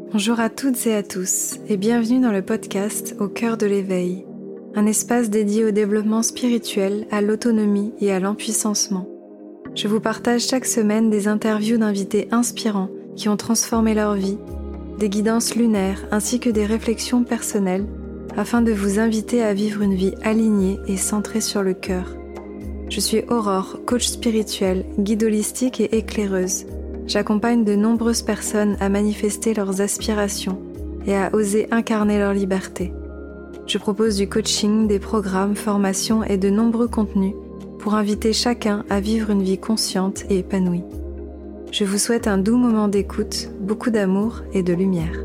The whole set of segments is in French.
Bonjour à toutes et à tous et bienvenue dans le podcast Au cœur de l'éveil, un espace dédié au développement spirituel, à l'autonomie et à l'empuissancement. Je vous partage chaque semaine des interviews d'invités inspirants qui ont transformé leur vie, des guidances lunaires ainsi que des réflexions personnelles afin de vous inviter à vivre une vie alignée et centrée sur le cœur. Je suis Aurore, coach spirituelle, guide holistique et éclaireuse. J'accompagne de nombreuses personnes à manifester leurs aspirations et à oser incarner leur liberté. Je propose du coaching, des programmes, formations et de nombreux contenus pour inviter chacun à vivre une vie consciente et épanouie. Je vous souhaite un doux moment d'écoute, beaucoup d'amour et de lumière.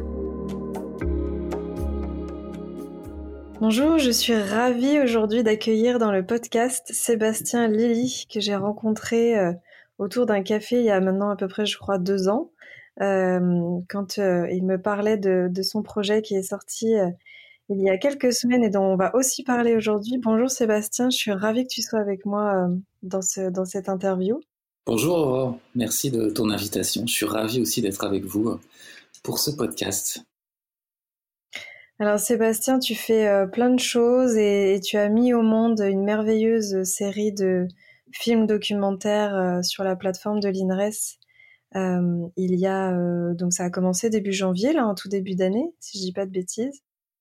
Bonjour, je suis ravie aujourd'hui d'accueillir dans le podcast Sébastien Lilly que j'ai rencontré autour d'un café il y a maintenant à peu près, je crois, 2 ans, quand il me parlait de son projet qui est sorti il y a quelques semaines et dont on va aussi parler aujourd'hui. Bonjour Sébastien, je suis ravie que tu sois avec moi dans cette interview. Bonjour Aurore, merci de ton invitation. Je suis ravi aussi d'être avec vous pour ce podcast. Alors Sébastien, tu fais plein de choses et tu as mis au monde une merveilleuse série de films documentaires sur la plateforme de l'INRES. Donc ça a commencé début janvier, là, en tout début d'année, si je dis pas de bêtises.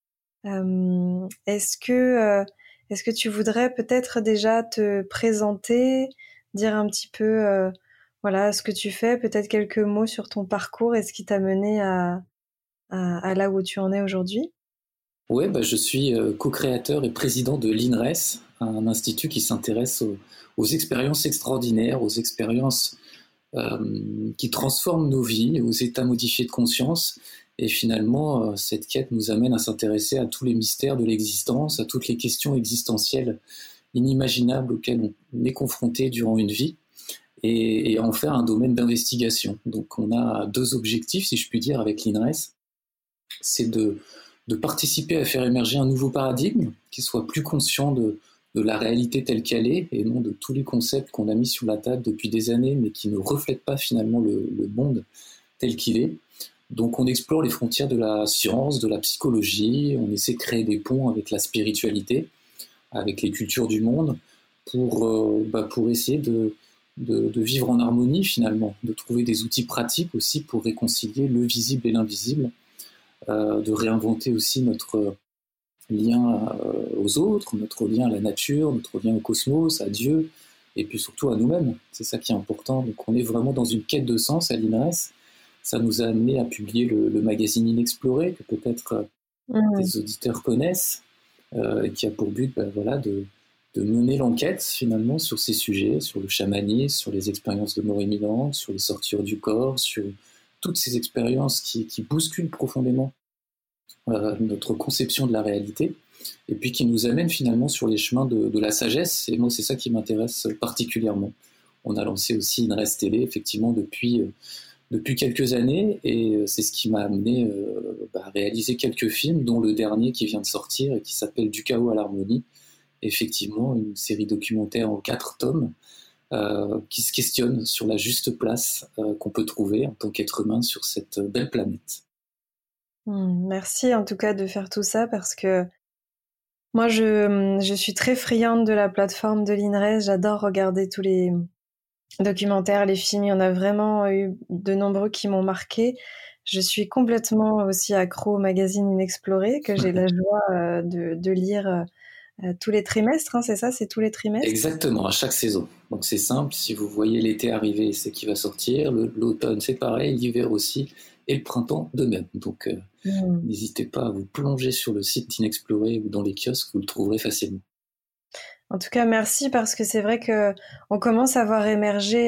Est-ce que tu voudrais peut-être déjà te présenter, dire un petit peu voilà ce que tu fais, peut-être quelques mots sur ton parcours et ce qui t'a mené à là où tu en es aujourd'hui? Oui, je suis co-créateur et président de l'INRES, un institut qui s'intéresse aux expériences extraordinaires, aux expériences qui transforment nos vies, aux états modifiés de conscience. Et finalement, cette quête nous amène à s'intéresser à tous les mystères de l'existence, à toutes les questions existentielles inimaginables auxquelles on est confronté durant une vie, et en faire un domaine d'investigation. Donc on a 2 objectifs, si je puis dire, avec l'INRES. C'est de participer à faire émerger un nouveau paradigme qui soit plus conscient de la réalité telle qu'elle est et non de tous les concepts qu'on a mis sur la table depuis des années mais qui ne reflètent pas finalement le monde tel qu'il est. Donc on explore les frontières de la science, de la psychologie, on essaie de créer des ponts avec la spiritualité, avec les cultures du monde pour essayer de vivre en harmonie finalement, de trouver des outils pratiques aussi pour réconcilier le visible et l'invisible, de réinventer aussi notre lien aux autres, notre lien à la nature, notre lien au cosmos, à Dieu, et puis surtout à nous-mêmes. C'est ça qui est important. Donc on est vraiment dans une quête de sens à l'INRES. Ça nous a amené à publier le magazine Inexploré, que peut-être des auditeurs connaissent, et qui a pour but de mener l'enquête finalement sur ces sujets, sur le chamanisme, sur les expériences de mort imminente, sur les sorties du corps, sur toutes ces expériences qui bousculent profondément notre conception de la réalité, et puis qui nous amènent finalement sur les chemins de la sagesse. Et moi, c'est ça qui m'intéresse particulièrement. On a lancé aussi INRES Télé, effectivement, depuis quelques années, et c'est ce qui m'a amené à réaliser quelques films, dont le dernier qui vient de sortir et qui s'appelle Du chaos à l'harmonie. Effectivement, une série documentaire en 4 tomes qui se questionne sur la juste place qu'on peut trouver en tant qu'être humain sur cette belle planète. Merci en tout cas de faire tout ça parce que moi je suis très friande de la plateforme de l'INRES, j'adore regarder tous les documentaires, les films, il y en a vraiment eu de nombreux qui m'ont marqué. Je suis complètement aussi accro au magazine Inexploré que j'ai la joie de lire tous les trimestres, hein, c'est ça, c'est tous les trimestres? Exactement, à chaque saison. Donc c'est simple, si vous voyez l'été arriver, c'est qui va sortir, l'automne c'est pareil, l'hiver aussi, et le printemps de même. Donc n'hésitez pas à vous plonger sur le site d'Inexploré ou dans les kiosques, vous le trouverez facilement. En tout cas, merci parce que c'est vrai que on commence à voir émerger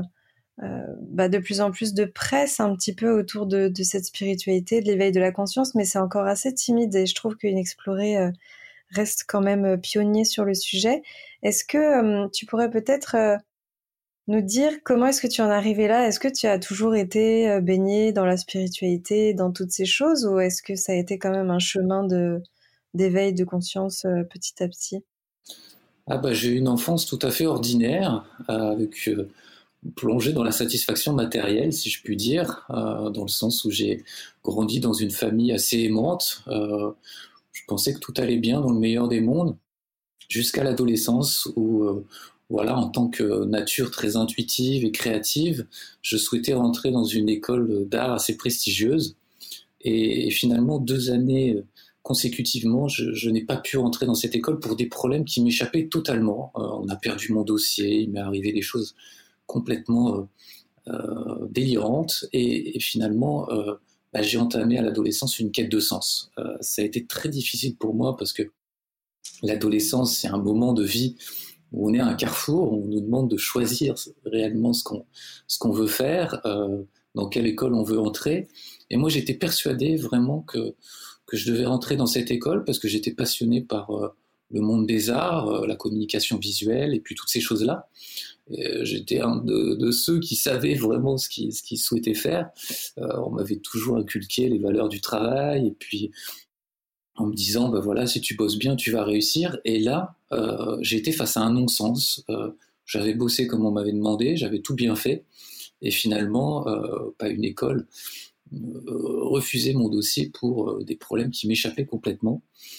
de plus en plus de presse un petit peu autour de cette spiritualité, de l'éveil de la conscience, mais c'est encore assez timide et je trouve qu'Inexploré reste quand même pionnier sur le sujet. Est-ce que tu pourrais peut-être nous dire comment est-ce que tu en es arrivé là? Est-ce que tu as toujours été baigné dans la spiritualité, dans toutes ces choses, ou est-ce que ça a été quand même un chemin d'éveil de conscience petit à petit? J'ai eu une enfance tout à fait ordinaire, avec plongé dans la satisfaction matérielle, si je puis dire, dans le sens où j'ai grandi dans une famille assez aimante. Je pensais que tout allait bien dans le meilleur des mondes, jusqu'à l'adolescence où, voilà, en tant que nature très intuitive et créative, je souhaitais rentrer dans une école d'art assez prestigieuse. Et finalement, 2 années consécutivement, je n'ai pas pu rentrer dans cette école pour des problèmes qui m'échappaient totalement. On a perdu mon dossier, il m'est arrivé des choses complètement délirantes. Et finalement, j'ai entamé à l'adolescence une quête de sens. Ça a été très difficile pour moi parce que l'adolescence, c'est un moment de vie où on est à un carrefour, où on nous demande de choisir réellement ce qu'on veut faire, dans quelle école on veut entrer. Et moi, j'étais persuadé vraiment que je devais rentrer dans cette école parce que j'étais passionné par le monde des arts, la communication visuelle et puis toutes ces choses-là. J'étais un de ceux qui savaient vraiment ce qu'ils souhaitaient faire. On m'avait toujours inculqué les valeurs du travail et puis en me disant, voilà, si tu bosses bien, tu vas réussir. Et là, j'ai été face à un non-sens. J'avais bossé comme on m'avait demandé, j'avais tout bien fait. Et finalement, une école refusait mon dossier pour des problèmes qui m'échappaient complètement.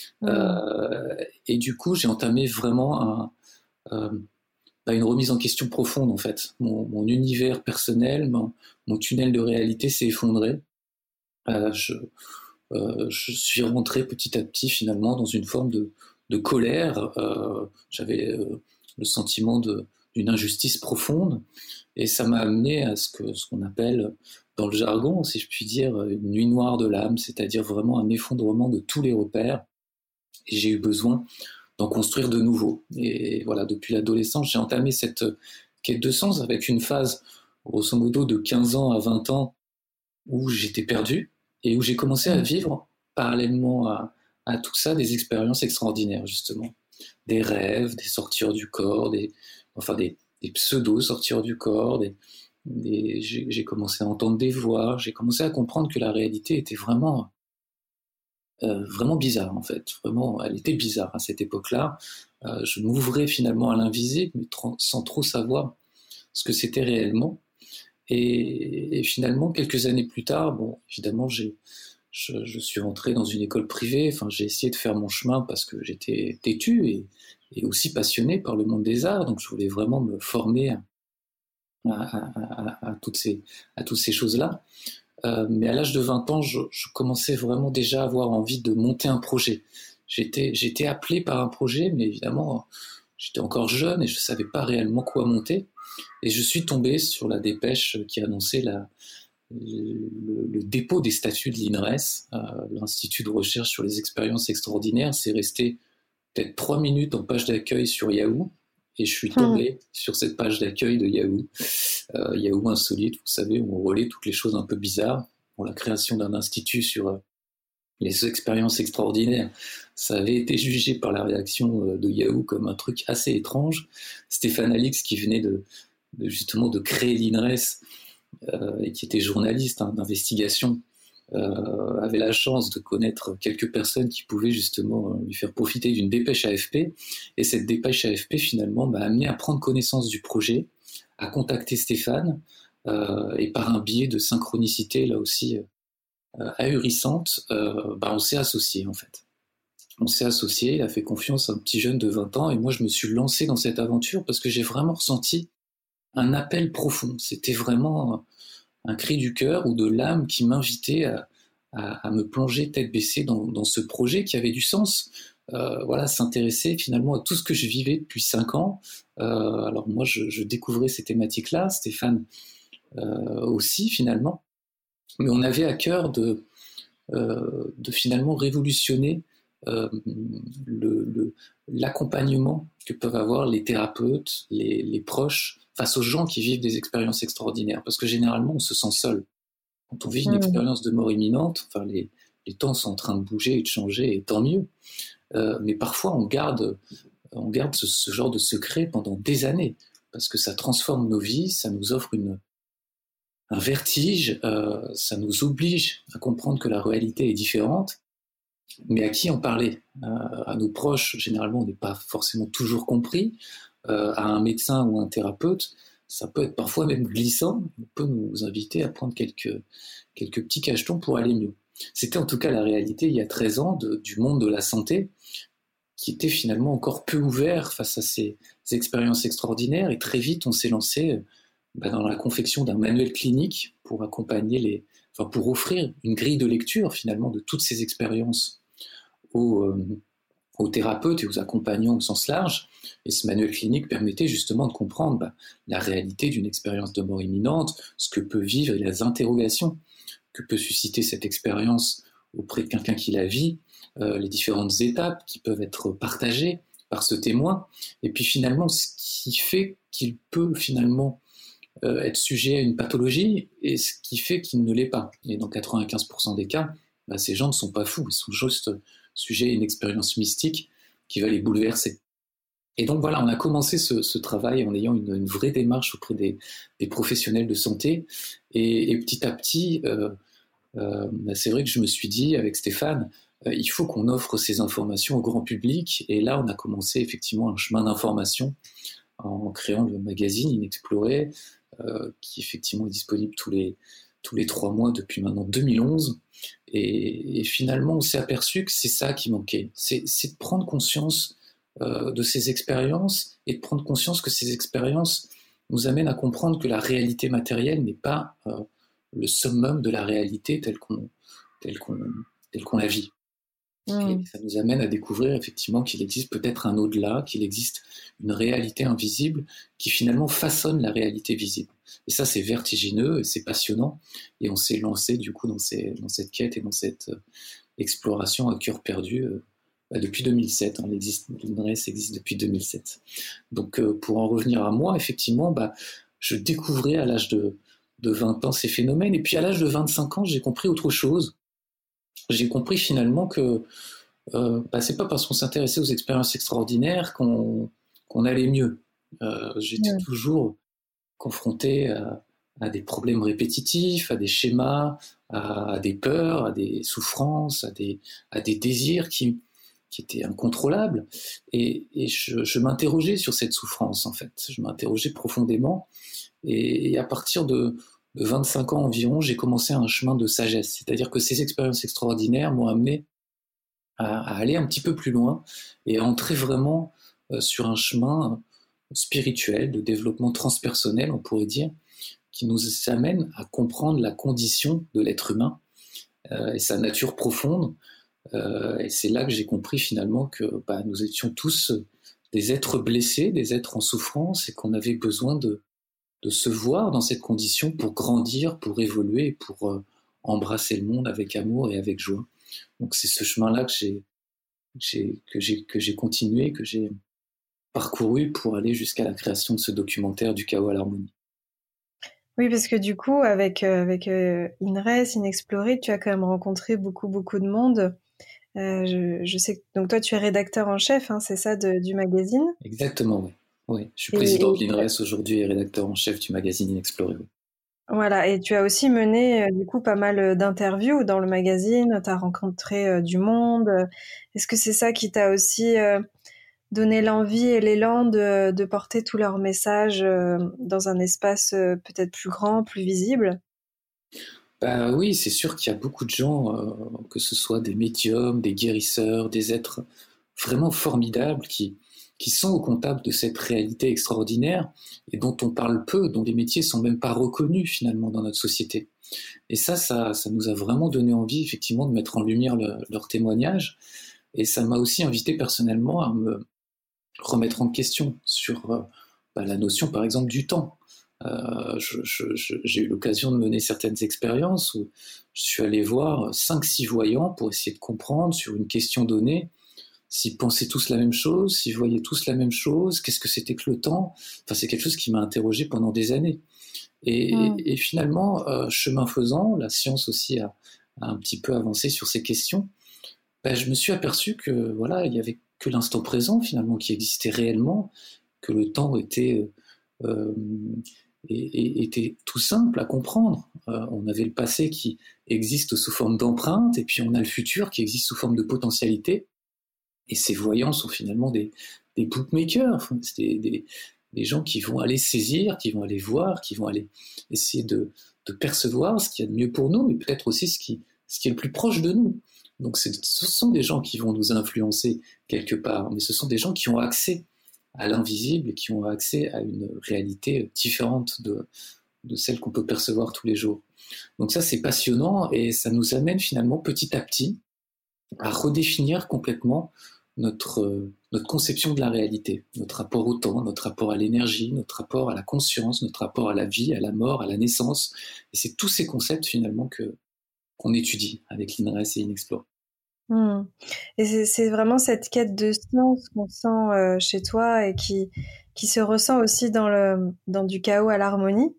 Et du coup, j'ai entamé vraiment une remise en question profonde, en fait. Mon univers personnel, mon tunnel de réalité s'est effondré. Je suis rentré petit à petit finalement dans une forme de colère. J'avais le sentiment d'une injustice profonde et ça m'a amené à ce qu'on appelle dans le jargon, si je puis dire, une nuit noire de l'âme, c'est-à-dire vraiment un effondrement de tous les repères. Et j'ai eu besoin d'en construire de nouveaux. Et voilà, depuis l'adolescence, j'ai entamé cette quête de sens avec une phase, grosso modo, de 15 ans à 20 ans où j'étais perdu et où j'ai commencé à vivre, parallèlement à tout ça, des expériences extraordinaires, justement. Des rêves, des sorties du corps, des pseudo-sorties du corps, j'ai commencé à entendre des voix, j'ai commencé à comprendre que la réalité était vraiment bizarre, en fait. Vraiment, elle était bizarre à cette époque-là. Je m'ouvrais finalement à l'invisible, mais sans trop savoir ce que c'était réellement. Et finalement, quelques années plus tard, évidemment, je suis rentré dans une école privée. Enfin, j'ai essayé de faire mon chemin parce que j'étais têtu et aussi passionné par le monde des arts. Donc, je voulais vraiment me former à toutes ces choses-là. Mais à l'âge de 20 ans, je commençais vraiment déjà à avoir envie de monter un projet. J'étais appelé par un projet, mais évidemment, j'étais encore jeune et je ne savais pas réellement quoi monter. Et je suis tombé sur la dépêche qui annonçait le dépôt des statuts de l'INRES, l'Institut de recherche sur les expériences extraordinaires. C'est resté peut-être 3 minutes en page d'accueil sur Yahoo. Et je suis tombé sur cette page d'accueil de Yahoo. Yahoo Insolite, vous savez, où on relaie toutes les choses un peu bizarres. Pour la création d'un institut sur les expériences extraordinaires, ça avait été jugé par la réaction de Yahoo comme un truc assez étrange. Stéphane Alix, qui venait justement de créer l'INRES et qui était journaliste d'investigation, avait la chance de connaître quelques personnes qui pouvaient justement lui faire profiter d'une dépêche AFP. Et cette dépêche AFP, finalement, m'a amené à prendre connaissance du projet, à contacter Stéphane, et par un biais de synchronicité, là aussi, ahurissante, on s'est associés, en fait. On s'est associés, il a fait confiance à un petit jeune de 20 ans, et moi, je me suis lancé dans cette aventure parce que j'ai vraiment ressenti un appel profond. C'était vraiment un cri du cœur ou de l'âme qui m'invitait à me plonger tête baissée dans ce projet qui avait du sens. S'intéresser finalement à tout ce que je vivais depuis 5 ans. Alors moi, je découvrais ces thématiques-là, Stéphane aussi finalement. Mais on avait à cœur de finalement révolutionner l'accompagnement que peuvent avoir les thérapeutes, les proches, face aux gens qui vivent des expériences extraordinaires. Parce que généralement, on se sent seul. Quand on vit une expérience de mort imminente, les temps sont en train de bouger et de changer, et tant mieux. Mais parfois, on garde ce genre de secret pendant des années, parce que ça transforme nos vies, ça nous offre un vertige, ça nous oblige à comprendre que la réalité est différente. Mais à qui en parler ? À nos proches, généralement, on n'est pas forcément toujours compris. À un médecin ou un thérapeute, ça peut être parfois même glissant, on peut nous inviter à prendre quelques petits cachetons pour aller mieux. C'était en tout cas la réalité il y a 13 ans du monde de la santé, qui était finalement encore peu ouvert face à ces expériences extraordinaires, et très vite on s'est lancé dans la confection d'un manuel clinique pour accompagner pour offrir une grille de lecture finalement de toutes ces expériences aux thérapeutes et aux accompagnants au sens large. Et ce manuel clinique permettait justement de comprendre la réalité d'une expérience de mort imminente, ce que peut vivre et les interrogations que peut susciter cette expérience auprès de quelqu'un qui la vit, les différentes étapes qui peuvent être partagées par ce témoin, et puis finalement ce qui fait qu'il peut finalement être sujet à une pathologie et ce qui fait qu'il ne l'est pas. Et dans 95% des cas, ces gens ne sont pas fous, ils sont juste sujets à une expérience mystique qui va les bouleverser. Et donc voilà, on a commencé ce travail en ayant une vraie démarche auprès des professionnels de santé, et petit à petit, c'est vrai que je me suis dit avec Stéphane, il faut qu'on offre ces informations au grand public, et là on a commencé effectivement un chemin d'information en créant le magazine Inexploré, qui effectivement est disponible tous les 3 mois depuis maintenant 2011, et finalement on s'est aperçu que c'est ça qui manquait, c'est de prendre conscience de ces expériences, et de prendre conscience que ces expériences nous amènent à comprendre que la réalité matérielle n'est pas le summum de la réalité telle qu'on la vit. Et ça nous amène à découvrir effectivement qu'il existe peut-être un au-delà, qu'il existe une réalité invisible qui finalement façonne la réalité visible. Et ça, c'est vertigineux et c'est passionnant. Et on s'est lancé du coup dans cette quête et dans cette exploration à cœur perdu depuis 2007. L'INRES existe depuis 2007. Donc pour en revenir à moi, effectivement, je découvrais à l'âge de 20 ans ces phénomènes. Et puis à l'âge de 25 ans, j'ai compris autre chose. J'ai compris finalement que c'est pas parce qu'on s'intéressait aux expériences extraordinaires qu'on allait mieux. J'étais toujours confronté à des problèmes répétitifs, à des schémas, à des peurs, à des souffrances, à des désirs qui étaient incontrôlables. Et je m'interrogeais sur cette souffrance, en fait. Je m'interrogeais profondément. Et à partir de 25 ans environ, j'ai commencé un chemin de sagesse. C'est-à-dire que ces expériences extraordinaires m'ont amené à aller un petit peu plus loin et à entrer vraiment sur un chemin spirituel, de développement transpersonnel, on pourrait dire, qui nous amène à comprendre la condition de l'être humain et sa nature profonde. Et c'est là que j'ai compris finalement que nous étions tous des êtres blessés, des êtres en souffrance, et qu'on avait besoin de se voir dans cette condition pour grandir, pour évoluer, pour embrasser le monde avec amour et avec joie. Donc c'est ce chemin-là que j'ai continué, que j'ai parcouru pour aller jusqu'à la création de ce documentaire Du chaos à l'harmonie. Oui, parce que du coup, avec INRES, Inexploré, tu as quand même rencontré beaucoup de monde. Je sais que donc toi, tu es rédacteur en chef, hein, c'est ça, du magazine? Exactement, oui. Oui, je suis président de l'INRES aujourd'hui et rédacteur en chef du magazine Inexploré. Oui. Voilà, et tu as aussi mené du coup pas mal d'interviews dans le magazine, tu as rencontré du monde. Est-ce que c'est ça qui t'a aussi donné l'envie et l'élan de porter tous leurs messages dans un espace peut-être plus grand, plus visible? Oui, c'est sûr qu'il y a beaucoup de gens, que ce soit des médiums, des guérisseurs, des êtres vraiment formidables qui sont au contact de cette réalité extraordinaire et dont on parle peu, dont les métiers sont même pas reconnus finalement dans notre société. Et ça nous a vraiment donné envie effectivement de mettre en lumière leurs témoignages, et ça m'a aussi invité personnellement à me remettre en question sur la notion par exemple du temps. J'ai eu l'occasion de mener certaines expériences où je suis allé voir 5-6 voyants pour essayer de comprendre sur une question donnée s'ils pensaient tous la même chose, s'ils voyaient tous la même chose, qu'est-ce que c'était que le temps. Enfin, c'est quelque chose qui m'a interrogé pendant des années. Et finalement, chemin faisant, la science aussi a un petit peu avancé sur ces questions. Je me suis aperçu que voilà, il n'y avait que l'instant présent finalement qui existait réellement, que le temps était tout simple à comprendre. On avait le passé qui existe sous forme d'empreinte, et puis on a le futur qui existe sous forme de potentialité. Et ces voyants sont finalement des bookmakers, des gens qui vont aller saisir, qui vont aller voir, qui vont aller essayer de percevoir ce qu'il y a de mieux pour nous, mais peut-être aussi ce qui est le plus proche de nous. Donc ce sont des gens qui vont nous influencer quelque part, mais ce sont des gens qui ont accès à l'invisible et qui ont accès à une réalité différente de celle qu'on peut percevoir tous les jours. Donc ça, c'est passionnant et ça nous amène finalement petit à petit à redéfinir complètement notre conception de la réalité, notre rapport au temps, notre rapport à l'énergie, notre rapport à la conscience, notre rapport à la vie, à la mort, à la naissance. Et c'est tous ces concepts finalement qu'on étudie avec l'INRES et INExplore. Et c'est vraiment cette quête de science qu'on sent chez toi et qui se ressent aussi dans du chaos à l'harmonie,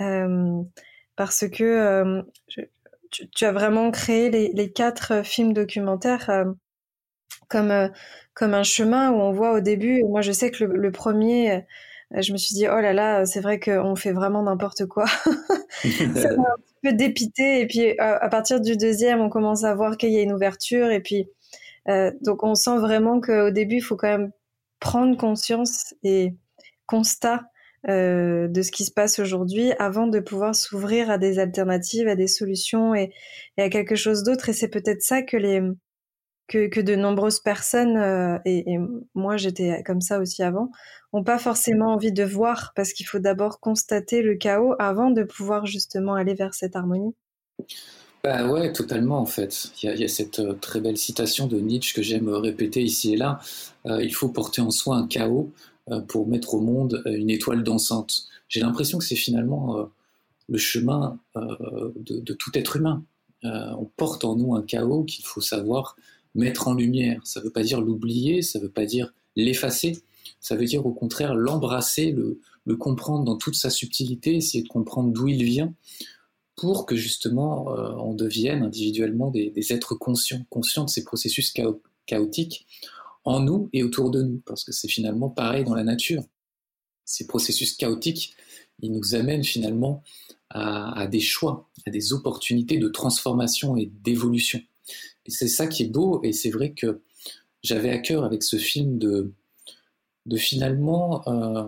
parce que tu as vraiment créé les 4 films documentaires comme un chemin où on voit au début. Moi, je sais que le premier, je me suis dit oh là là, c'est vrai qu'on fait vraiment n'importe quoi. Ça m'a un petit peu dépité. Et puis à partir du deuxième, on commence à voir qu'il y a une ouverture. Et puis donc on sent vraiment qu'au début, il faut quand même prendre conscience et constat de ce qui se passe aujourd'hui avant de pouvoir s'ouvrir à des alternatives, à des solutions et à quelque chose d'autre. Et c'est peut-être ça que de nombreuses personnes, et moi j'étais comme ça aussi avant, ont pas forcément envie de voir parce qu'il faut d'abord constater le chaos avant de pouvoir justement aller vers cette harmonie. Bah ouais, totalement en fait. Il y a cette très belle citation de Nietzsche que j'aime répéter ici et là. Il faut porter en soi un chaos pour mettre au monde une étoile dansante. J'ai l'impression que c'est finalement le chemin de tout être humain. On porte en nous un chaos qu'il faut savoir mettre en lumière. Ça ne veut pas dire l'oublier, ça ne veut pas dire l'effacer, ça veut dire au contraire l'embrasser, le comprendre dans toute sa subtilité, essayer de comprendre d'où il vient, pour que justement on devienne individuellement des êtres conscients de ces processus chaotiques en nous et autour de nous, parce que c'est finalement pareil dans la nature. Ces processus chaotiques, ils nous amènent finalement à des choix, à des opportunités de transformation et d'évolution. Et c'est ça qui est beau, et c'est vrai que j'avais à cœur avec ce film de finalement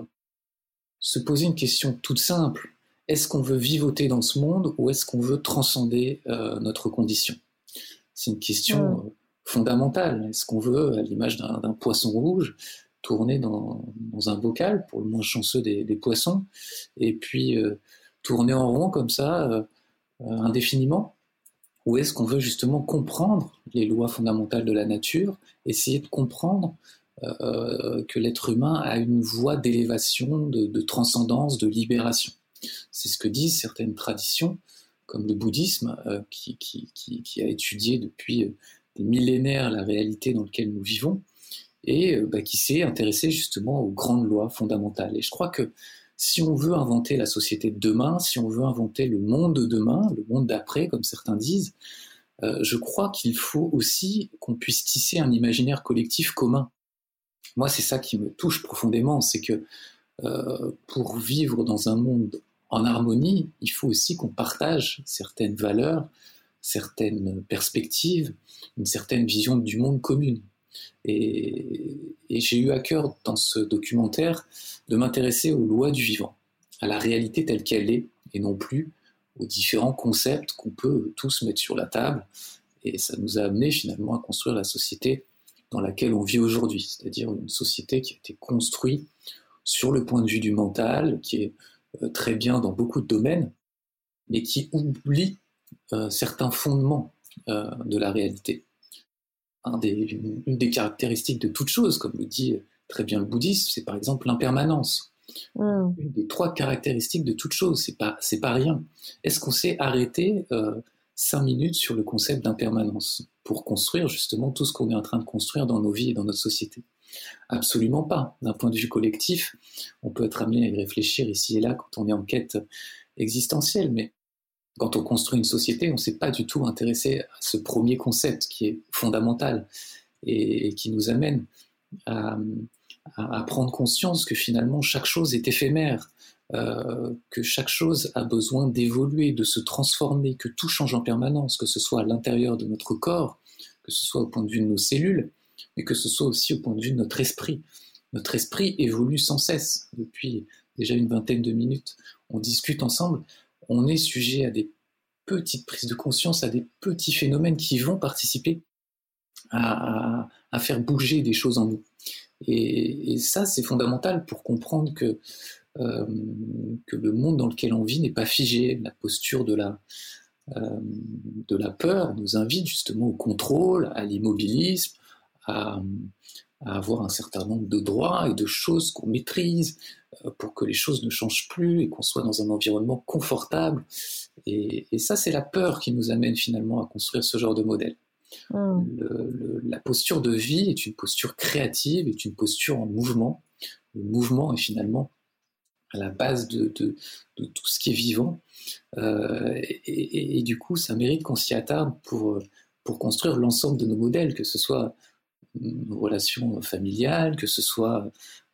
se poser une question toute simple. Est-ce qu'on veut vivoter dans ce monde ou est-ce qu'on veut transcender notre condition ? C'est une question fondamentale. Est-ce qu'on veut, à l'image d'un poisson rouge, tourner dans un bocal, pour le moins chanceux des poissons, et puis tourner en rond comme ça, indéfiniment ? Ou est-ce qu'on veut justement comprendre les lois fondamentales de la nature, essayer de comprendre que l'être humain a une voie d'élévation, de transcendance, de libération ? C'est ce que disent certaines traditions, comme le bouddhisme, qui a étudié depuis des millénaires la réalité dans laquelle nous vivons, et qui s'est intéressé justement aux grandes lois fondamentales. Et je crois que si on veut inventer la société de demain, si on veut inventer le monde de demain, le monde d'après, comme certains disent, je crois qu'il faut aussi qu'on puisse tisser un imaginaire collectif commun. Moi, c'est ça qui me touche profondément, c'est que pour vivre dans un monde en harmonie, il faut aussi qu'on partage certaines valeurs, certaines perspectives, une certaine vision du monde commune. Et j'ai eu à cœur dans ce documentaire de m'intéresser aux lois du vivant, à la réalité telle qu'elle est, et non plus aux différents concepts qu'on peut tous mettre sur la table. Et ça nous a amené finalement à construire la société dans laquelle on vit aujourd'hui, c'est-à-dire une société qui a été construite sur le point de vue du mental, qui est très bien dans beaucoup de domaines, mais qui oublie certains fondements de la réalité. Une des caractéristiques de toute chose, comme le dit très bien le bouddhisme, c'est par exemple l'impermanence. Une des 3 caractéristiques de toute chose, c'est pas rien. Est-ce qu'on s'est arrêté 5 minutes sur le concept d'impermanence pour construire justement tout ce qu'on est en train de construire dans nos vies et dans notre société ? Absolument pas. D'un point de vue collectif, on peut être amené à y réfléchir ici et là quand on est en quête existentielle, mais quand on construit une société, on ne s'est pas du tout intéressé à ce premier concept qui est fondamental et qui nous amène à prendre conscience que finalement chaque chose est éphémère, que chaque chose a besoin d'évoluer, de se transformer, que tout change en permanence, que ce soit à l'intérieur de notre corps, que ce soit au point de vue de nos cellules, mais que ce soit aussi au point de vue de notre esprit. notre esprit évolue sans cesse. Depuis déjà une vingtaine de minutes, on discute ensemble, on est sujet à des petites prises de conscience, à des petits phénomènes qui vont participer à faire bouger des choses en nous. Et ça, c'est fondamental pour comprendre que le monde dans lequel on vit n'est pas figé. La posture de la peur nous invite justement au contrôle, à l'immobilisme, à avoir un certain nombre de droits et de choses qu'on maîtrise pour que les choses ne changent plus et qu'on soit dans un environnement confortable. Et ça, c'est la peur qui nous amène finalement à construire ce genre de modèle. La posture de vie est une posture créative, est une posture en mouvement. Le mouvement est finalement à la base de tout ce qui est vivant. Et du coup, ça mérite qu'on s'y attarde pour construire l'ensemble de nos modèles, que ce soit nos relations familiales, que ce soit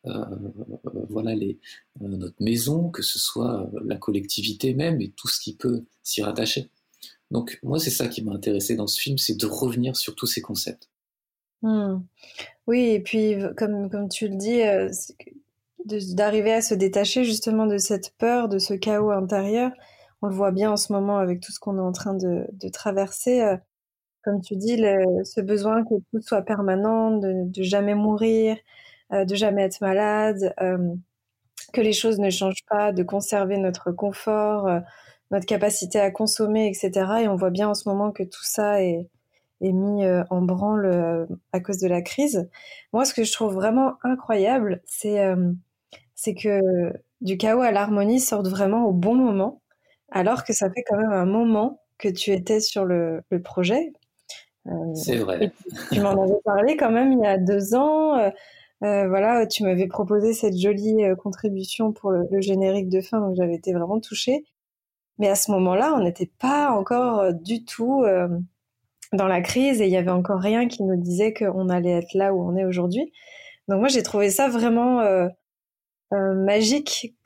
notre maison, que ce soit la collectivité même et tout ce qui peut s'y rattacher. Donc moi, c'est ça qui m'a intéressé dans ce film, c'est de revenir sur tous ces concepts. Oui, et puis comme tu le dis, d'arriver à se détacher justement de cette peur, de ce chaos intérieur. On le voit bien en ce moment avec tout ce qu'on est en train de traverser. Comme tu dis, ce besoin que tout soit permanent, de jamais mourir, de jamais être malade, que les choses ne changent pas, de conserver notre confort, notre capacité à consommer, etc. Et on voit bien en ce moment que tout ça est mis en branle à cause de la crise. Moi, ce que je trouve vraiment incroyable, c'est que du chaos à l'harmonie sortent vraiment au bon moment, alors que ça fait quand même un moment que tu étais sur le projet. C'est vrai. Tu m'en avais parlé quand même il y a 2 ans. Voilà, tu m'avais proposé cette jolie contribution pour le générique de fin, donc j'avais été vraiment touchée. Mais à ce moment-là, on n'était pas encore du tout dans la crise et il y avait encore rien qui nous disait qu'on allait être là où on est aujourd'hui. Donc moi, j'ai trouvé ça vraiment magique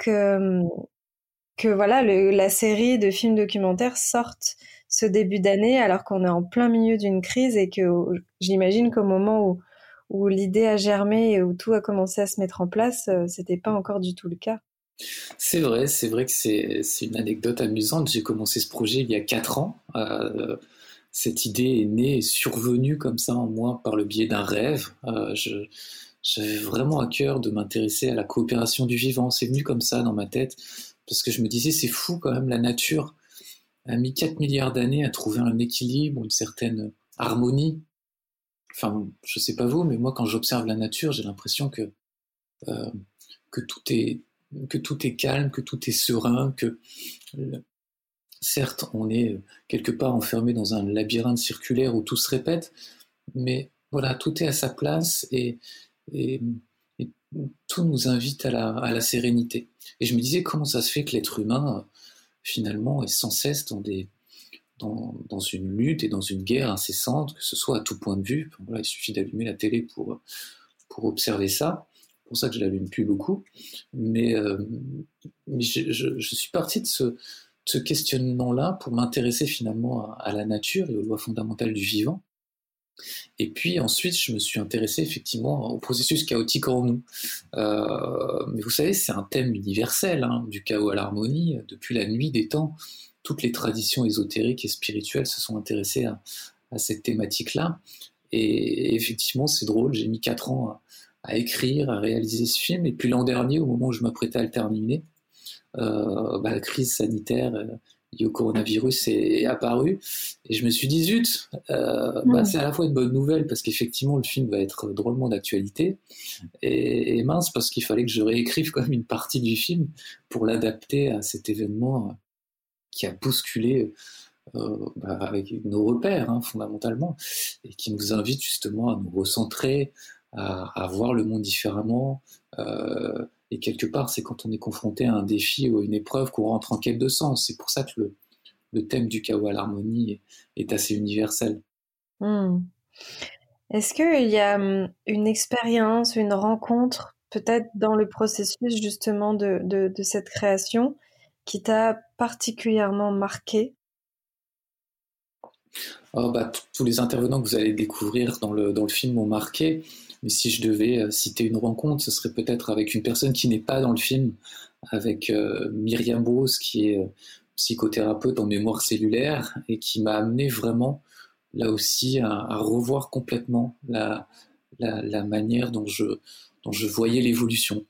que voilà, la série de films documentaires sorte ce début d'année alors qu'on est en plein milieu d'une crise et que j'imagine qu'au moment où l'idée a germé et où tout a commencé à se mettre en place, c'était pas encore du tout le cas. C'est vrai que c'est une anecdote amusante. J'ai commencé ce projet il y a 4 ans. Cette idée est née et survenue comme ça en moi par le biais d'un rêve. J'avais vraiment à cœur de m'intéresser à la coopération du vivant. C'est venu comme ça dans ma tête parce que je me disais c'est fou quand même, la nature a mis 4 milliards d'années à trouver un équilibre, une certaine harmonie. Enfin, je sais pas vous, mais moi quand j'observe la nature, j'ai l'impression euh, que tout est calme, que tout est serein, que certes on est quelque part enfermé dans un labyrinthe circulaire où tout se répète, mais voilà, tout est à sa place et, et tout nous invite à la sérénité. Et je me disais comment ça se fait que l'être humain finalement est sans cesse dans une lutte et dans une guerre incessante, que ce soit à tout point de vue. Enfin, voilà, il suffit d'allumer la télé pour observer ça. C'est pour ça que je l'allume plus beaucoup. Mais je suis parti de ce questionnement-là pour m'intéresser finalement à la nature et aux lois fondamentales du vivant. Et puis ensuite, je me suis intéressé effectivement au processus chaotique en nous. Mais vous savez, c'est un thème universel, hein, du chaos à l'harmonie. Depuis la nuit des temps, toutes les traditions ésotériques et spirituelles se sont intéressées à cette thématique-là. Et effectivement, c'est drôle, j'ai mis 4 ans à écrire, à réaliser ce film. Et puis l'an dernier, au moment où je m'apprêtais à le terminer, la crise sanitaire liée au coronavirus est apparue. Et je me suis dit, zut, c'est à la fois une bonne nouvelle parce qu'effectivement, le film va être drôlement d'actualité. Et mince, parce qu'il fallait que je réécrive quand même une partie du film pour l'adapter à cet événement qui a bousculé avec nos repères, hein, fondamentalement, et qui nous invite justement à nous recentrer, à voir le monde différemment. Et quelque part, c'est quand on est confronté à un défi ou à une épreuve qu'on rentre en quête de sens. C'est pour ça que le thème du chaos à l'harmonie est assez universel. Est-ce qu'il y a une expérience, une rencontre, peut-être dans le processus justement de cette création, qui t'a particulièrement marqué? Tous les intervenants que vous allez découvrir dans le film m'ont marqué, mais si je devais citer une rencontre, ce serait peut-être avec une personne qui n'est pas dans le film, avec Myriam Bruce, qui est psychothérapeute en mémoire cellulaire et qui m'a amené vraiment, là aussi, à revoir complètement la manière dont je voyais l'évolution.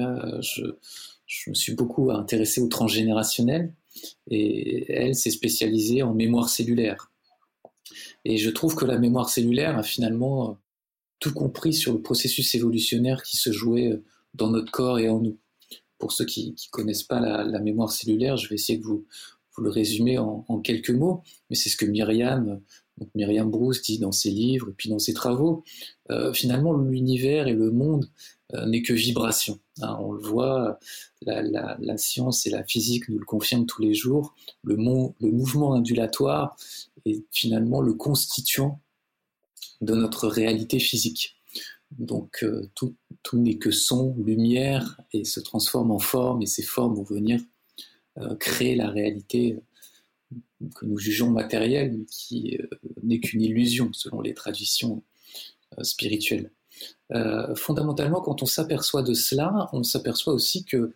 Je me suis beaucoup intéressé au transgénérationnel et elle s'est spécialisée en mémoire cellulaire. Et je trouve que la mémoire cellulaire a finalement tout compris sur le processus évolutionnaire qui se jouait dans notre corps et en nous. Pour ceux qui ne connaissent pas la mémoire cellulaire, je vais essayer de vous le résumer en quelques mots, mais c'est ce que Myriam Bruce dit dans ses livres et puis dans ses travaux. Finalement, l'univers et le monde n'est que vibration. On le voit, la science et la physique nous le confirment tous les jours. Le mouvement ondulatoire est finalement le constituant de notre réalité physique. Donc tout n'est que son, lumière, et se transforme en forme, et ces formes vont venir créer la réalité que nous jugeons matérielle, mais qui n'est qu'une illusion selon les traditions spirituelles. Fondamentalement, quand on s'aperçoit de cela, on s'aperçoit aussi que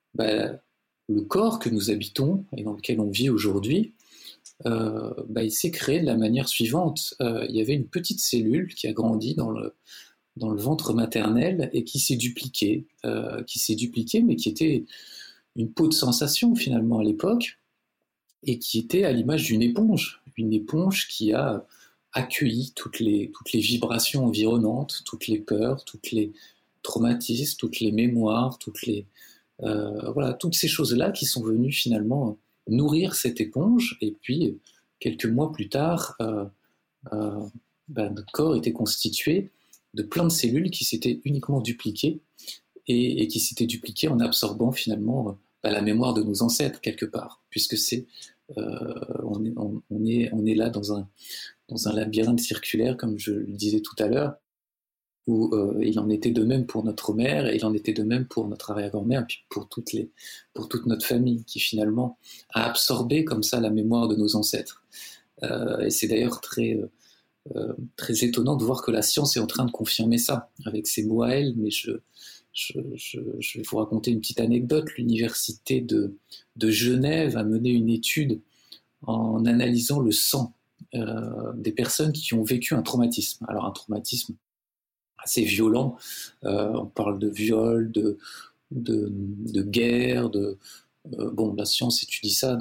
le corps que nous habitons et dans lequel on vit aujourd'hui, il s'est créé de la manière suivante. Il y avait une petite cellule qui a grandi dans le ventre maternel et qui s'est dupliquée, mais qui était une peau de sensation finalement à l'époque, et qui était à l'image d'une éponge qui a accueilli toutes les vibrations environnantes, toutes les peurs, toutes les traumatismes, toutes les mémoires, toutes ces choses-là qui sont venues finalement nourrir cette éponge. Et puis quelques mois plus tard, notre corps était constitué de plein de cellules qui s'étaient uniquement dupliquées et qui s'étaient dupliquées en absorbant finalement la mémoire de nos ancêtres quelque part, puisque on est là dans un labyrinthe circulaire, comme je le disais tout à l'heure, où il en était de même pour notre mère, et il en était de même pour notre arrière-grand-mère, puis pour toute notre famille, qui finalement a absorbé comme ça la mémoire de nos ancêtres. Et c'est d'ailleurs très étonnant de voir que la science est en train de confirmer ça, avec ses mots à elle, mais je vais vous raconter une petite anecdote. L'université de Genève a mené une étude en analysant le sang des personnes qui ont vécu un traumatisme. Alors un traumatisme assez violent, on parle de viol, de guerre, la science étudie ça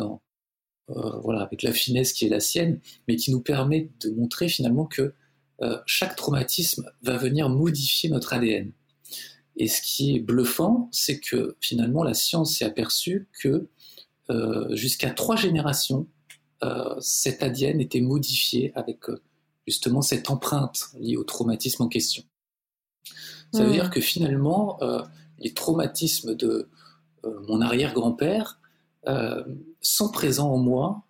avec la finesse qui est la sienne, mais qui nous permet de montrer finalement que chaque traumatisme va venir modifier notre ADN. Et ce qui est bluffant, c'est que finalement la science s'est aperçue que jusqu'à 3 générations, cet ADN était modifié avec justement cette empreinte liée au traumatisme en question. Ça veut dire que finalement, les traumatismes de mon arrière-grand-père sont présents en moi,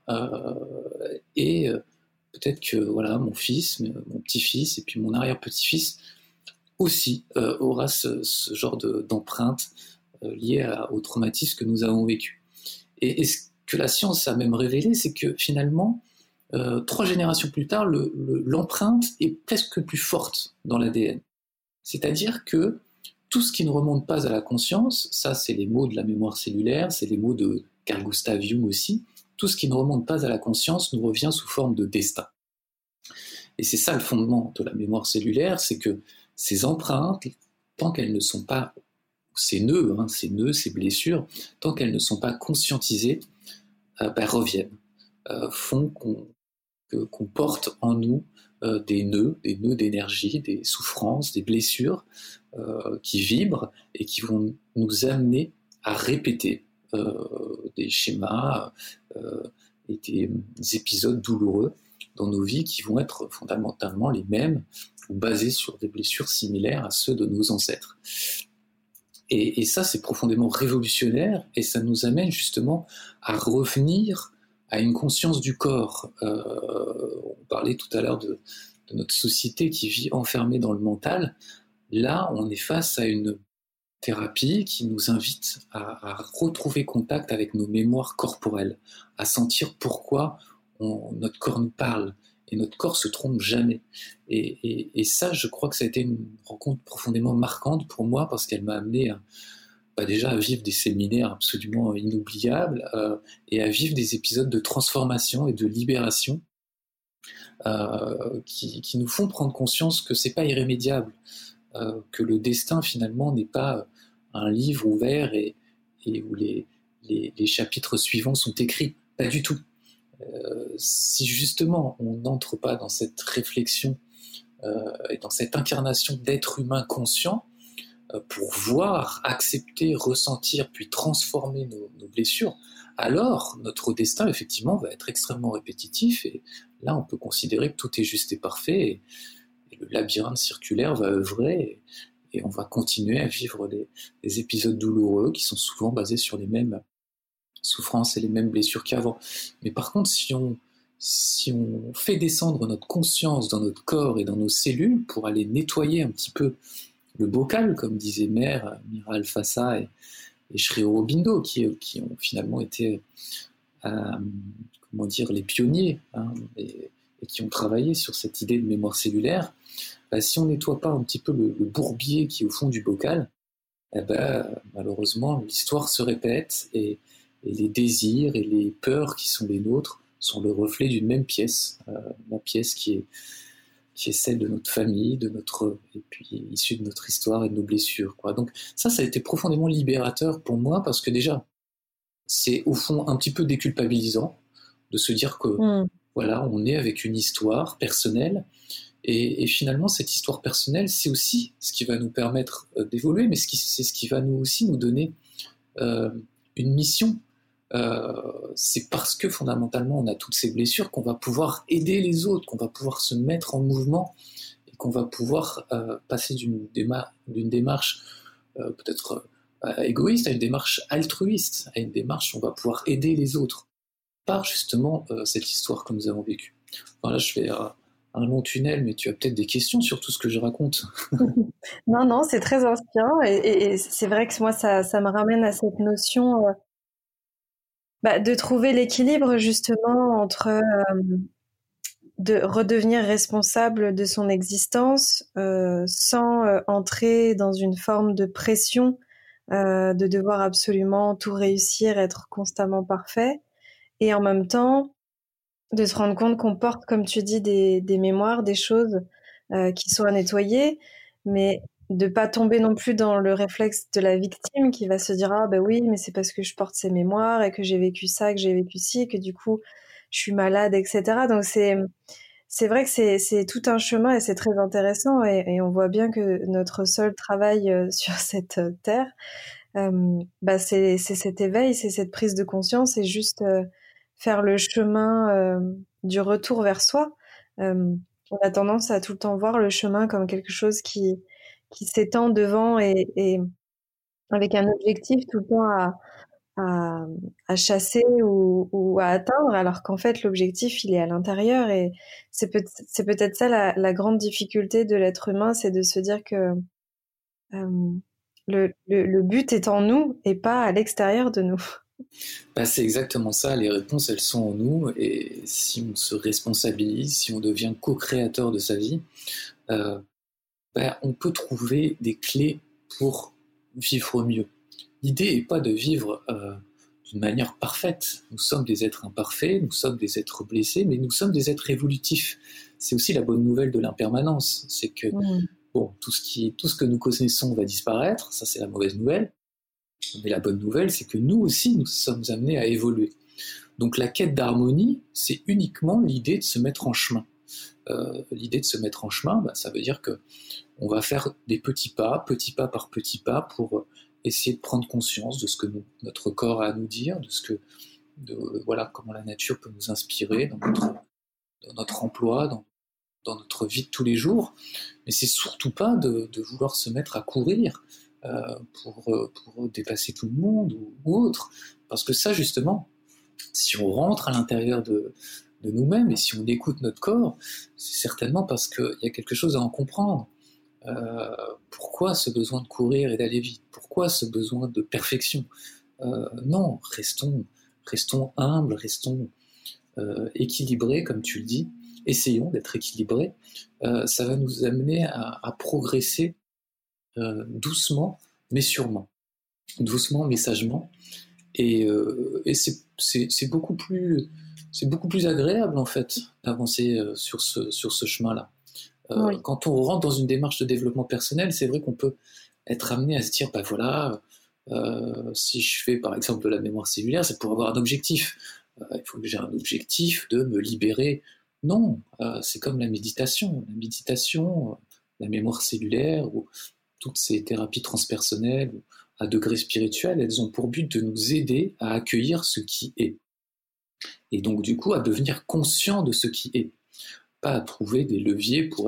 et peut-être que mon fils, mon petit-fils et puis mon arrière-petit-fils aussi aura ce genre d'empreinte liée au traumatisme que nous avons vécu. Et ce que la science a même révélé, c'est que finalement, 3 générations plus tard, l'empreinte est presque plus forte dans l'ADN. C'est-à-dire que tout ce qui ne remonte pas à la conscience, ça c'est les mots de la mémoire cellulaire, c'est les mots de Carl Gustav Jung aussi, tout ce qui ne remonte pas à la conscience nous revient sous forme de destin. Et c'est ça le fondement de la mémoire cellulaire, c'est que ces empreintes, tant qu'elles ne sont pas, ces nœuds, ces blessures, tant qu'elles ne sont pas conscientisées, reviennent, font qu'on porte en nous des nœuds d'énergie, des souffrances, des blessures qui vibrent et qui vont nous amener à répéter des schémas et des épisodes douloureux dans nos vies qui vont être fondamentalement les mêmes ou basés sur des blessures similaires à ceux de nos ancêtres. Et ça, c'est profondément révolutionnaire et ça nous amène justement à revenir à une conscience du corps. On parlait tout à l'heure de notre société qui vit enfermée dans le mental. Là, on est face à une thérapie qui nous invite à retrouver contact avec nos mémoires corporelles, à sentir pourquoi notre corps nous parle, et notre corps se trompe jamais. Et ça, je crois que ça a été une rencontre profondément marquante pour moi, parce qu'elle m'a amené déjà à vivre des séminaires absolument inoubliables, et à vivre des épisodes de transformation et de libération qui nous font prendre conscience que c'est pas irrémédiable, que le destin finalement n'est pas un livre ouvert et où les chapitres suivants sont écrits. Pas du tout. Si justement on n'entre pas dans cette réflexion et dans cette incarnation d'être humain conscient, pour voir, accepter, ressentir, puis transformer nos blessures, alors notre destin effectivement va être extrêmement répétitif, et là on peut considérer que tout est juste et parfait, et le labyrinthe circulaire va œuvrer, et on va continuer à vivre des épisodes douloureux qui sont souvent basés sur les mêmes souffrances et les mêmes blessures qu'avant. Mais par contre, si on fait descendre notre conscience dans notre corps et dans nos cellules pour aller nettoyer un petit peu le bocal, comme disaient Mira Alfassa et Sri Aurobindo, qui ont finalement été les pionniers, et qui ont travaillé sur cette idée de mémoire cellulaire. Si on nettoie pas un petit peu le bourbier qui est au fond du bocal, malheureusement l'histoire se répète, et les désirs et les peurs qui sont les nôtres sont le reflet d'une même pièce, la pièce qui est celle de notre famille, et puis issue de notre histoire et de nos blessures, quoi. Donc ça a été profondément libérateur pour moi, parce que déjà, c'est au fond un petit peu déculpabilisant de se dire que voilà, on est avec une histoire personnelle, et finalement cette histoire personnelle, c'est aussi ce qui va nous permettre d'évoluer, mais c'est ce qui va nous donner une mission. C'est parce que fondamentalement on a toutes ces blessures qu'on va pouvoir aider les autres, qu'on va pouvoir se mettre en mouvement, et qu'on va pouvoir passer d'une démarche peut-être égoïste à une démarche altruiste, à une démarche où on va pouvoir aider les autres par justement cette histoire que nous avons vécue. Voilà, je fais un long tunnel, mais tu as peut-être des questions sur tout ce que je raconte. Non, c'est très inspirant, et c'est vrai que moi ça me ramène à cette notion de trouver l'équilibre justement entre de redevenir responsable de son existence sans entrer dans une forme de pression de devoir absolument tout réussir, être constamment parfait, et en même temps de se rendre compte qu'on porte, comme tu dis, des mémoires, des choses qui sont à nettoyer, mais de pas tomber non plus dans le réflexe de la victime qui va se dire ah ben oui, mais c'est parce que je porte ces mémoires et que j'ai vécu ça, que j'ai vécu ci, que du coup je suis malade, etc. Donc c'est vrai que c'est tout un chemin, et c'est très intéressant, et on voit bien que notre seul travail sur cette terre, c'est cet éveil, c'est cette prise de conscience, et juste faire le chemin du retour vers soi. On a tendance à tout le temps voir le chemin comme quelque chose qui s'étend devant, et avec un objectif tout le temps à chasser ou à atteindre, alors qu'en fait l'objectif il est à l'intérieur, et c'est peut-être ça la grande difficulté de l'être humain, c'est de se dire que le but est en nous et pas à l'extérieur de nous. C'est exactement ça, les réponses elles sont en nous, et si on se responsabilise, si on devient co-créateur de sa vie, on peut trouver des clés pour vivre mieux. L'idée n'est pas de vivre d'une manière parfaite. Nous sommes des êtres imparfaits, nous sommes des êtres blessés, mais nous sommes des êtres évolutifs. C'est aussi la bonne nouvelle de l'impermanence, c'est que tout ce que nous connaissons va disparaître, ça c'est la mauvaise nouvelle. Mais la bonne nouvelle, c'est que nous aussi, nous sommes amenés à évoluer. Donc la quête d'harmonie, c'est uniquement l'idée de se mettre en chemin. L'idée de se mettre en chemin, ça veut dire que on va faire des petits pas par petits pas, pour essayer de prendre conscience de ce que notre corps a à nous dire, comment la nature peut nous inspirer dans notre emploi, dans notre vie de tous les jours. Mais c'est surtout pas de vouloir se mettre à courir pour dépasser tout le monde ou autre. Parce que ça, justement, si on rentre à l'intérieur de nous-mêmes, et si on écoute notre corps, c'est certainement parce qu'il y a quelque chose à en comprendre. Pourquoi ce besoin de courir et d'aller vite? Pourquoi ce besoin de perfection? Non, restons humbles, restons équilibrés, comme tu le dis, essayons d'être équilibrés, ça va nous amener à progresser doucement, mais sûrement, doucement, mais sagement. Et c'est beaucoup plus agréable en fait d'avancer sur ce chemin-là. Oui. Quand on rentre dans une démarche de développement personnel, c'est vrai qu'on peut être amené à se dire, bah voilà, si je fais par exemple de la mémoire cellulaire, c'est pour avoir un objectif. Il faut que j'ai un objectif de me libérer. Non, c'est comme la méditation. La méditation, la mémoire cellulaire, ou toutes ces thérapies transpersonnelles à degré spirituel, elles ont pour but de nous aider à accueillir ce qui est. Et donc du coup, à devenir conscient de ce qui est. Pas à trouver des leviers pour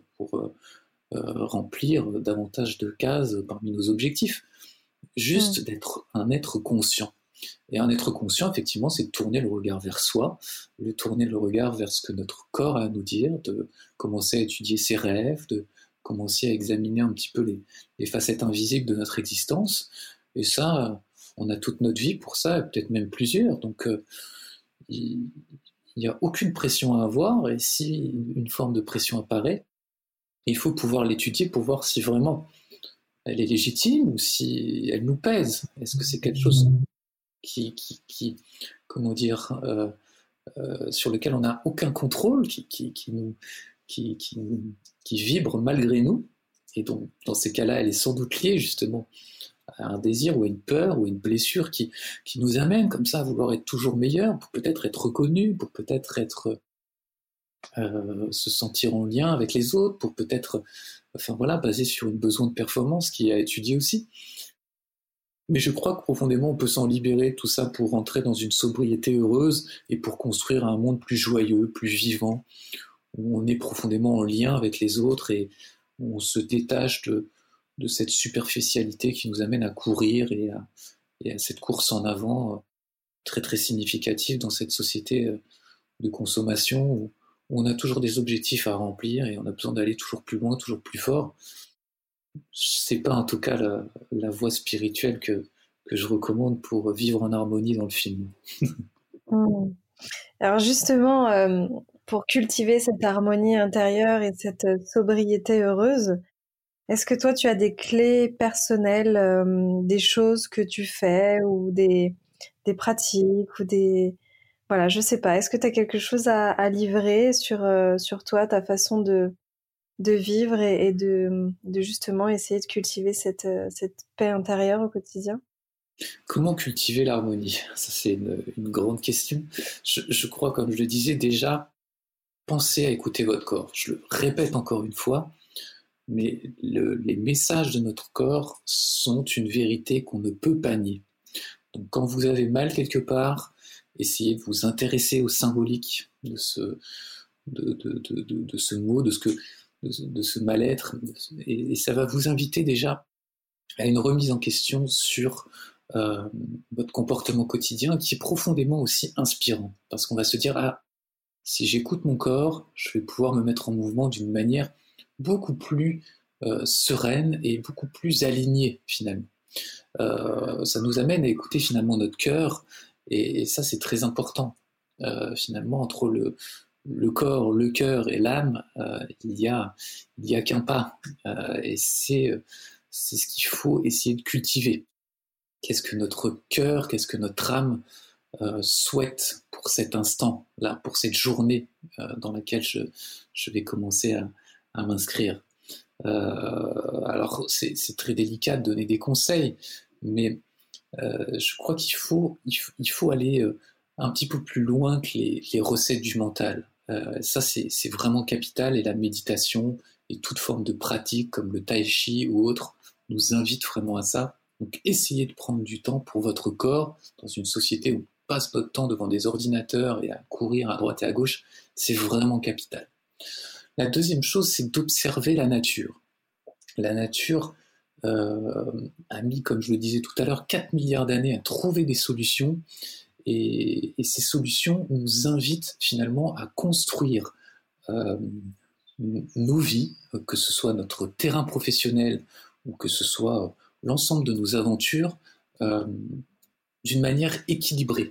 remplir davantage de cases parmi nos objectifs. Juste d'être un être conscient. Et un être conscient, effectivement, c'est de tourner le regard vers soi, de tourner le regard vers ce que notre corps a à nous dire, de commencer à étudier ses rêves, de commencer à examiner un petit peu les facettes invisibles de notre existence. Et ça, on a toute notre vie pour ça, peut-être même plusieurs. Donc, il n'y a aucune pression à avoir. Et si une forme de pression apparaît, il faut pouvoir l'étudier pour voir si vraiment elle est légitime ou si elle nous pèse. Est-ce que c'est quelque chose qui comment dire, sur lequel on n'a aucun contrôle, qui vibre malgré nous, et donc dans ces cas-là, elle est sans doute liée justement à un désir ou à une peur ou à une blessure qui nous amène comme ça à vouloir être toujours meilleur, pour peut-être être reconnu, pour peut-être être se sentir en lien avec les autres, pour peut-être, enfin voilà, basé sur un besoin de performance qui est à étudier aussi. Mais je crois que profondément on peut s'en libérer, tout ça pour rentrer dans une sobriété heureuse et pour construire un monde plus joyeux, plus vivant, où on est profondément en lien avec les autres et où on se détache de cette superficialité qui nous amène à courir et à cette course en avant très très significative dans cette société de consommation où on a toujours des objectifs à remplir et on a besoin d'aller toujours plus loin, toujours plus fort. C'est pas en tout cas la voie spirituelle que je recommande pour vivre en harmonie dans le film. Alors justement, pour cultiver cette harmonie intérieure et cette sobriété heureuse, est-ce que toi tu as des clés personnelles, des choses que tu fais ou des pratiques ou des... Voilà, je sais pas. Est-ce que tu as quelque chose à livrer sur toi, ta façon de vivre et de justement essayer de cultiver cette paix intérieure au quotidien? Comment cultiver l'harmonie? Ça, c'est une grande question. Je crois, comme je le disais déjà, pensez à écouter votre corps. Je le répète encore une fois, mais les messages de notre corps sont une vérité qu'on ne peut pas nier. Donc quand vous avez mal quelque part, essayez de vous intéresser au symbolique de ce mot, de ce mal-être, et ça va vous inviter déjà à une remise en question sur votre comportement quotidien qui est profondément aussi inspirant. Parce qu'on va se dire, ah, si j'écoute mon corps, je vais pouvoir me mettre en mouvement d'une manière beaucoup plus sereine et beaucoup plus alignée finalement. Ça nous amène à écouter finalement notre cœur et ça c'est très important. Finalement, entre le corps, le cœur et l'âme, il y a qu'un pas. Et c'est ce qu'il faut essayer de cultiver. Qu'est-ce que notre cœur, qu'est-ce que notre âme souhaite pour cet instant-là, pour cette journée dans laquelle je vais commencer à m'inscrire. Alors c'est très délicat de donner des conseils, mais je crois qu'il faut aller un petit peu plus loin que les recettes du mental. Ça c'est vraiment capital, et la méditation et toute forme de pratique comme le tai chi ou autre nous invite vraiment à ça. Donc essayez de prendre du temps pour votre corps dans une société où on passe notre temps devant des ordinateurs et à courir à droite et à gauche, c'est vraiment capital. La deuxième chose, c'est d'observer la nature. La nature a mis, comme je le disais tout à l'heure, 4 milliards d'années à trouver des solutions, et ces solutions nous invitent finalement à construire nos vies, que ce soit notre terrain professionnel ou que ce soit l'ensemble de nos aventures, d'une manière équilibrée.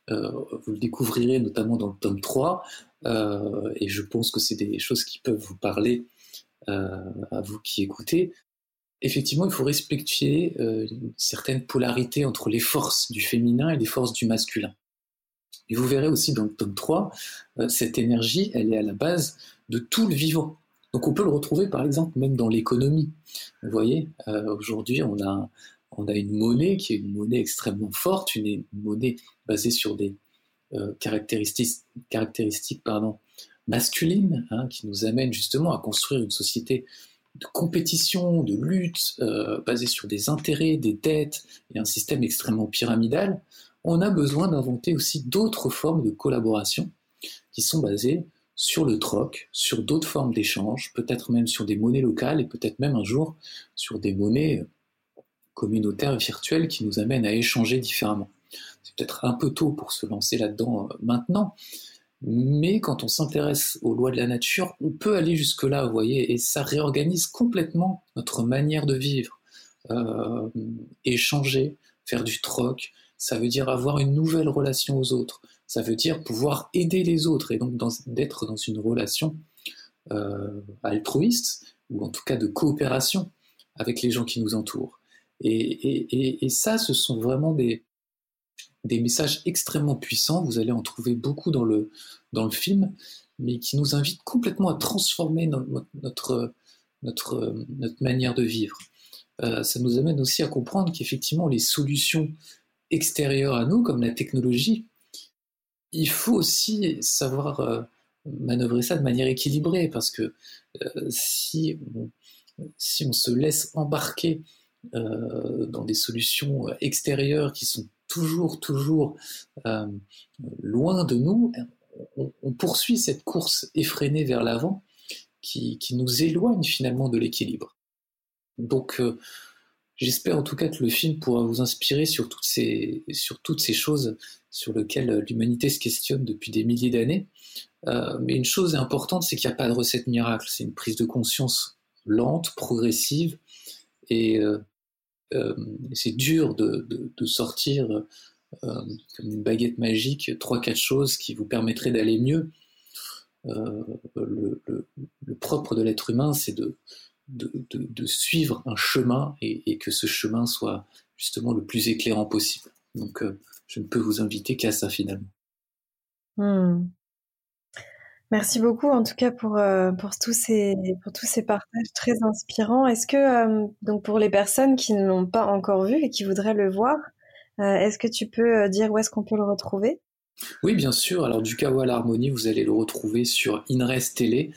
Vous le découvrirez notamment dans le tome 3, et je pense que c'est des choses qui peuvent vous parler à vous qui écoutez. Effectivement, il faut respecter une certaine polarité entre les forces du féminin et les forces du masculin. Et vous verrez aussi dans le tome 3, cette énergie, elle est à la base de tout le vivant. Donc on peut le retrouver par exemple même dans l'économie. Vous voyez, aujourd'hui on a une monnaie qui est une monnaie extrêmement forte, une monnaie basée sur des caractéristiques masculines, hein, qui nous amènent justement à construire une société de compétition, de lutte, basée sur des intérêts, des dettes et un système extrêmement pyramidal. On a besoin d'inventer aussi d'autres formes de collaboration qui sont basées sur le troc, sur d'autres formes d'échange, peut-être même sur des monnaies locales et peut-être même un jour sur des monnaies communautaires virtuelles qui nous amènent à échanger différemment. C'est peut-être un peu tôt pour se lancer là-dedans maintenant, mais quand on s'intéresse aux lois de la nature, on peut aller jusque-là, vous voyez, et ça réorganise complètement notre manière de vivre. Échanger, faire du troc, ça veut dire avoir une nouvelle relation aux autres. Ça veut dire pouvoir aider les autres et donc d'être dans une relation altruiste ou en tout cas de coopération avec les gens qui nous entourent. Et ça, ce sont vraiment des messages extrêmement puissants. Vous allez en trouver beaucoup dans le film, mais qui nous invitent complètement à transformer notre manière de vivre. Ça nous amène aussi à comprendre qu'effectivement, les solutions extérieures à nous, comme la technologie, il faut aussi savoir manœuvrer ça de manière équilibrée, parce que si on se laisse embarquer dans des solutions extérieures qui sont toujours loin de nous, on poursuit cette course effrénée vers l'avant qui nous éloigne finalement de l'équilibre. Donc j'espère en tout cas que le film pourra vous inspirer sur toutes ces choses sur lesquelles l'humanité se questionne depuis des milliers d'années. Mais une chose est importante, c'est qu'il n'y a pas de recette miracle. C'est une prise de conscience lente, progressive, et c'est dur de sortir comme une baguette magique 3-4 choses qui vous permettraient d'aller mieux. Le propre de l'être humain, c'est de suivre un chemin et que ce chemin soit justement le plus éclairant possible. Donc je ne peux vous inviter qu'à ça finalement. Merci beaucoup en tout cas pour tous ces partages très inspirants. Est-ce que donc pour les personnes qui ne l'ont pas encore vu et qui voudraient le voir, est-ce que tu peux dire où est-ce qu'on peut le retrouver? Oui, bien sûr. Alors du chaos à l'harmonie, vous allez le retrouver sur INRES Télé,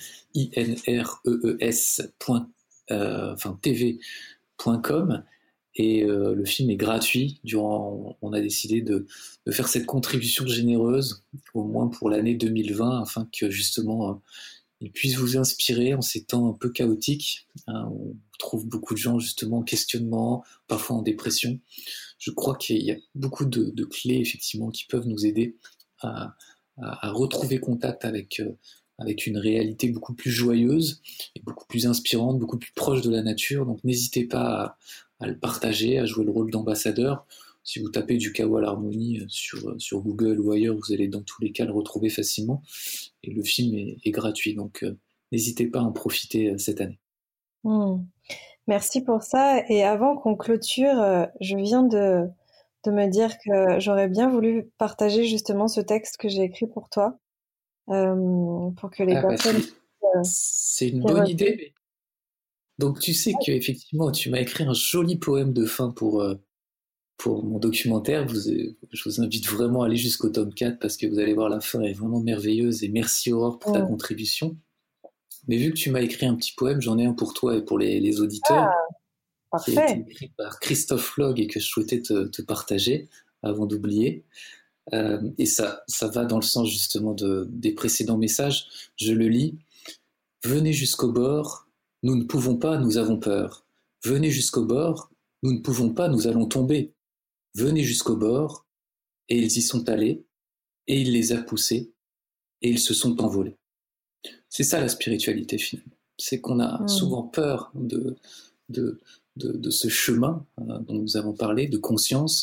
TV.com. Et le film est gratuit. On a décidé de faire cette contribution généreuse, au moins pour l'année 2020, afin que justement il puisse vous inspirer en ces temps un peu chaotiques. Hein, on trouve beaucoup de gens justement en questionnement, parfois en dépression. Je crois qu'il y a beaucoup de clés effectivement qui peuvent nous aider à retrouver contact avec une réalité beaucoup plus joyeuse et beaucoup plus inspirante, beaucoup plus proche de la nature. Donc n'hésitez pas à le partager, à jouer le rôle d'ambassadeur. Si vous tapez du chaos à l'harmonie sur Google ou ailleurs, vous allez dans tous les cas le retrouver facilement. Et le film est gratuit, donc n'hésitez pas à en profiter cette année. Merci pour ça. Et avant qu'on clôture, je viens de me dire que j'aurais bien voulu partager justement ce texte que j'ai écrit pour toi, pour que les personnes... C'est une bonne idée. Donc tu sais qu'effectivement, tu m'as écrit un joli poème de fin pour mon documentaire. Je vous invite vraiment à aller jusqu'au tome 4 parce que vous allez voir, la fin est vraiment merveilleuse. Et merci Aurore pour ta contribution. Mais vu que tu m'as écrit un petit poème, j'en ai un pour toi et pour les auditeurs. Parfait. Qui a été écrit par Christophe Log et que je souhaitais te partager avant d'oublier. Et ça va dans le sens justement des précédents messages. Je le lis. Venez jusqu'au bord, nous ne pouvons pas, nous avons peur. Venez jusqu'au bord, nous ne pouvons pas, nous allons tomber. Venez jusqu'au bord, et ils y sont allés, et il les a poussés, et ils se sont envolés. C'est ça la spiritualité finalement. C'est qu'on a souvent peur de ce chemin dont nous avons parlé, de conscience,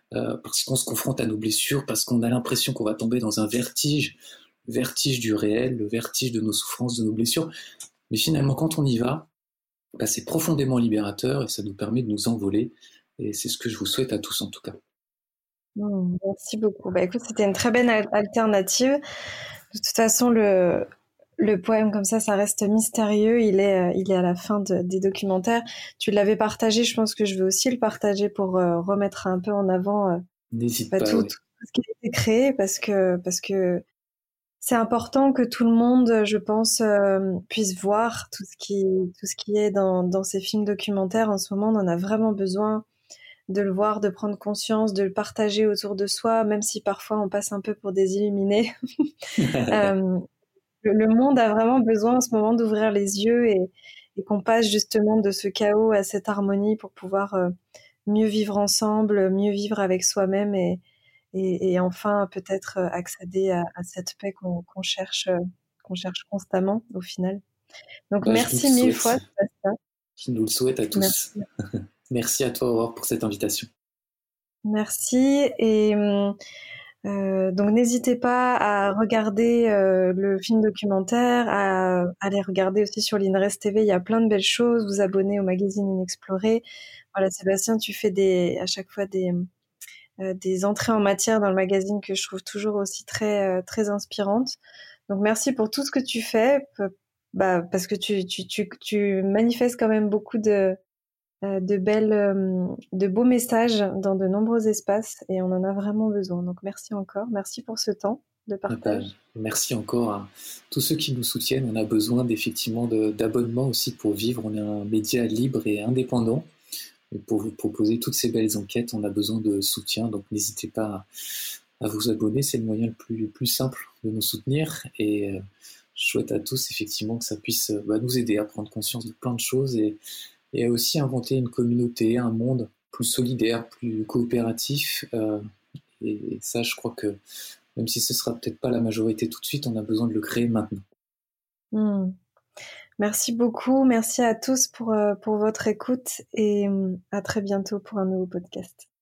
parce qu'on se confronte à nos blessures, parce qu'on a l'impression qu'on va tomber dans un vertige, le vertige du réel, le vertige de nos souffrances, de nos blessures. Mais finalement, quand on y va, bah, c'est profondément libérateur et ça nous permet de nous envoler. Et c'est ce que je vous souhaite à tous en tout cas. Merci beaucoup. Bah, écoute, c'était une très belle alternative. De toute façon, le poème comme ça reste mystérieux. Il est à la fin des documentaires. Tu l'avais partagé, je pense que je vais aussi le partager pour remettre un peu en avant N'hésite pas, tout ouais. ce qui a été créé parce que c'est important que tout le monde, je pense, puisse voir tout ce qui est dans ces films documentaires. En ce moment, on en a vraiment besoin de le voir, de prendre conscience, de le partager autour de soi, même si parfois on passe un peu pour des illuminés. Euh, le monde a vraiment besoin en ce moment d'ouvrir les yeux et qu'on passe justement de ce chaos à cette harmonie pour pouvoir mieux vivre ensemble, mieux vivre avec soi-même et enfin peut-être accéder à cette paix qu'on cherche constamment au final. Donc Bah, je nous le merci mille fois, souhaite. Sébastien. Je nous le souhaite à tous. Merci. Merci à toi, Aurore, pour cette invitation. Merci et donc n'hésitez pas à regarder le film documentaire, à aller regarder aussi sur l'INRES TV, il y a plein de belles choses, vous abonner au magazine Inexploré. Voilà, Sébastien, tu fais à chaque fois des entrées en matière dans le magazine que je trouve toujours aussi très inspirantes. Donc merci pour tout ce que tu fais, parce que tu manifestes quand même beaucoup de beaux messages dans de nombreux espaces et on en a vraiment besoin. Donc merci encore, merci pour ce temps de Bah, partage. merci encore à tous ceux qui nous soutiennent. On a besoin d'abonnements aussi pour vivre. On est un média libre et indépendant. Et pour vous proposer toutes ces belles enquêtes, on a besoin de soutien. Donc n'hésitez pas à vous abonner. C'est le moyen le plus simple de nous soutenir. Et je souhaite à tous effectivement que ça puisse nous aider à prendre conscience de plein de choses et à aussi inventer une communauté, un monde plus solidaire, plus coopératif. Et ça, je crois que même si ce sera peut-être pas la majorité tout de suite, on a besoin de le créer maintenant. Hmm. Merci beaucoup, merci à tous pour votre écoute et à très bientôt pour un nouveau podcast.